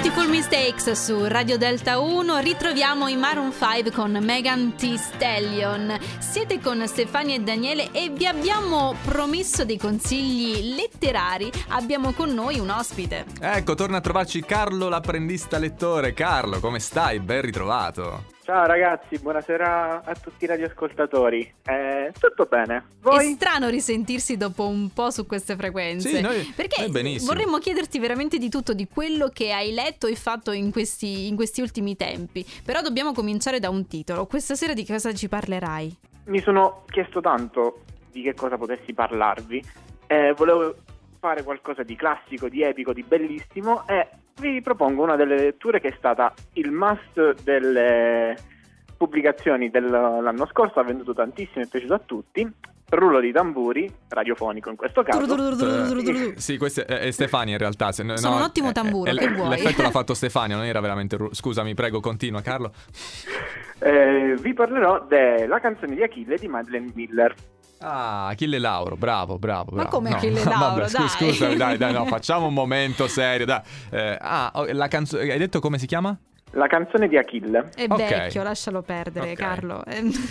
Beautiful Mistakes su Radio Delta 1. Ritroviamo i Maroon 5 con Megan Thee Stallion. Siete con Stefania e Daniele e vi abbiamo promesso dei consigli letterari. Abbiamo con noi un ospite. Ecco, torna a trovarci Carlo, l'apprendista lettore. Carlo, come stai? Ben ritrovato. Ciao ragazzi, buonasera a tutti i radioascoltatori. Tutto bene? Voi? È strano risentirsi dopo un po' su queste frequenze. Sì, noi perché benissimo. Vorremmo chiederti veramente di tutto, di quello che hai letto e fatto in questi ultimi tempi. Però dobbiamo cominciare da un titolo. Questa sera di cosa ci parlerai? Mi sono chiesto tanto di che cosa potessi parlarvi. Volevo fare qualcosa di classico, di epico, di bellissimo e vi propongo una delle letture che è stata il must delle pubblicazioni dell'anno scorso, ha venduto tantissimo e è piaciuto a tutti. Rullo di tamburi, radiofonico in questo caso. Sì, questo è Stefania in realtà. Sono un ottimo tamburo, che vuoi? L'effetto l'ha fatto Stefania, non era veramente Scusami, prego, continua Carlo. Vi parlerò della canzone di Achille di Madeleine Miller. Ah, Achille Lauro, bravo. Ma come Achille Lauro, vabbè, scusami, dai, no, facciamo un momento serio, dai. La canzone, hai detto come si chiama? La canzone di Achille. È vecchio, lascialo perdere, Carlo.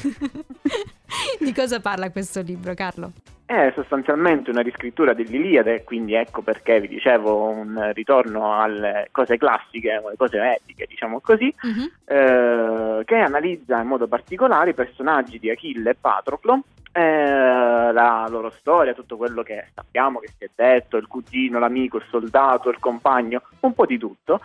Di cosa parla questo libro, Carlo? È sostanzialmente una riscrittura dell'Iliade, quindi ecco perché vi dicevo un ritorno alle cose classiche, alle cose epiche, diciamo così, che analizza in modo particolare i personaggi di Achille e Patroclo, la loro storia, tutto quello che sappiamo, che si è detto, il cugino, l'amico, il soldato, il compagno, un po' di tutto,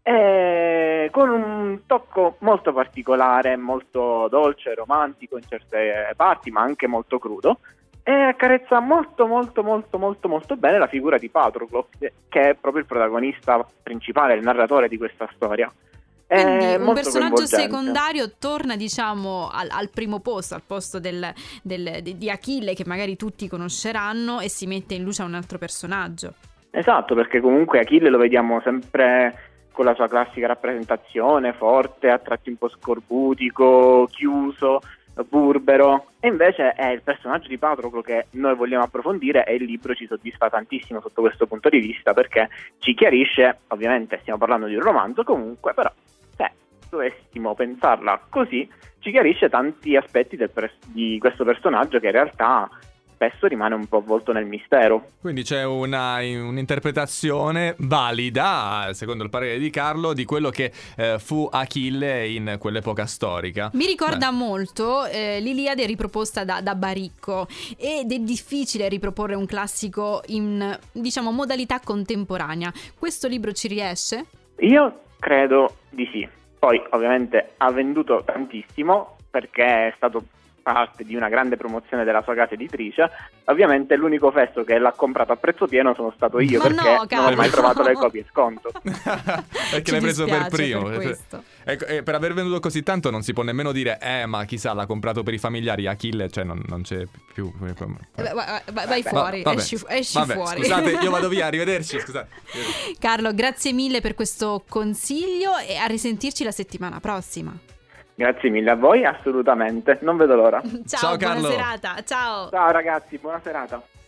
con un tocco molto particolare, molto dolce, romantico in certe parti, ma anche molto crudo, e accarezza molto bene la figura di Patroclo, che è proprio il protagonista principale, il narratore di questa storia. Quindi un personaggio secondario torna, diciamo, al primo posto, al posto di Achille, che magari tutti conosceranno, e si mette in luce a un altro personaggio. Esatto, perché comunque Achille lo vediamo sempre con la sua classica rappresentazione, forte, a tratti un po' scorbutico, chiuso, burbero, e invece è il personaggio di Patroclo che noi vogliamo approfondire, e il libro ci soddisfa tantissimo sotto questo punto di vista, perché ci chiarisce, ovviamente stiamo parlando di un romanzo comunque, però se dovessimo pensarla così, ci chiarisce tanti aspetti di questo personaggio che in realtà spesso rimane un po' avvolto nel mistero. Quindi c'è un'interpretazione valida, secondo il parere di Carlo, di quello che fu Achille in quell'epoca storica. Mi ricorda molto l'Iliade riproposta da Baricco, ed è difficile riproporre un classico in, diciamo, modalità contemporanea. Questo libro ci riesce? Io credo di sì. Poi ovviamente ha venduto tantissimo perché è stato parte di una grande promozione della sua casa editrice. Ovviamente l'unico fesso che l'ha comprato a prezzo pieno sono stato io, perché non ho mai trovato le copie sconto. Perché l'hai preso per primo. Per aver venduto così tanto non si può nemmeno dire ma chissà, l'ha comprato per i familiari. Achille, cioè non c'è più. Vai fuori, esci fuori. Scusate, io vado via, arrivederci, scusate. Carlo, grazie mille per questo consiglio e a risentirci la settimana prossima. Grazie mille a voi, assolutamente, non vedo l'ora. Ciao Carlo. Buona serata, ciao. Ciao ragazzi, buona serata.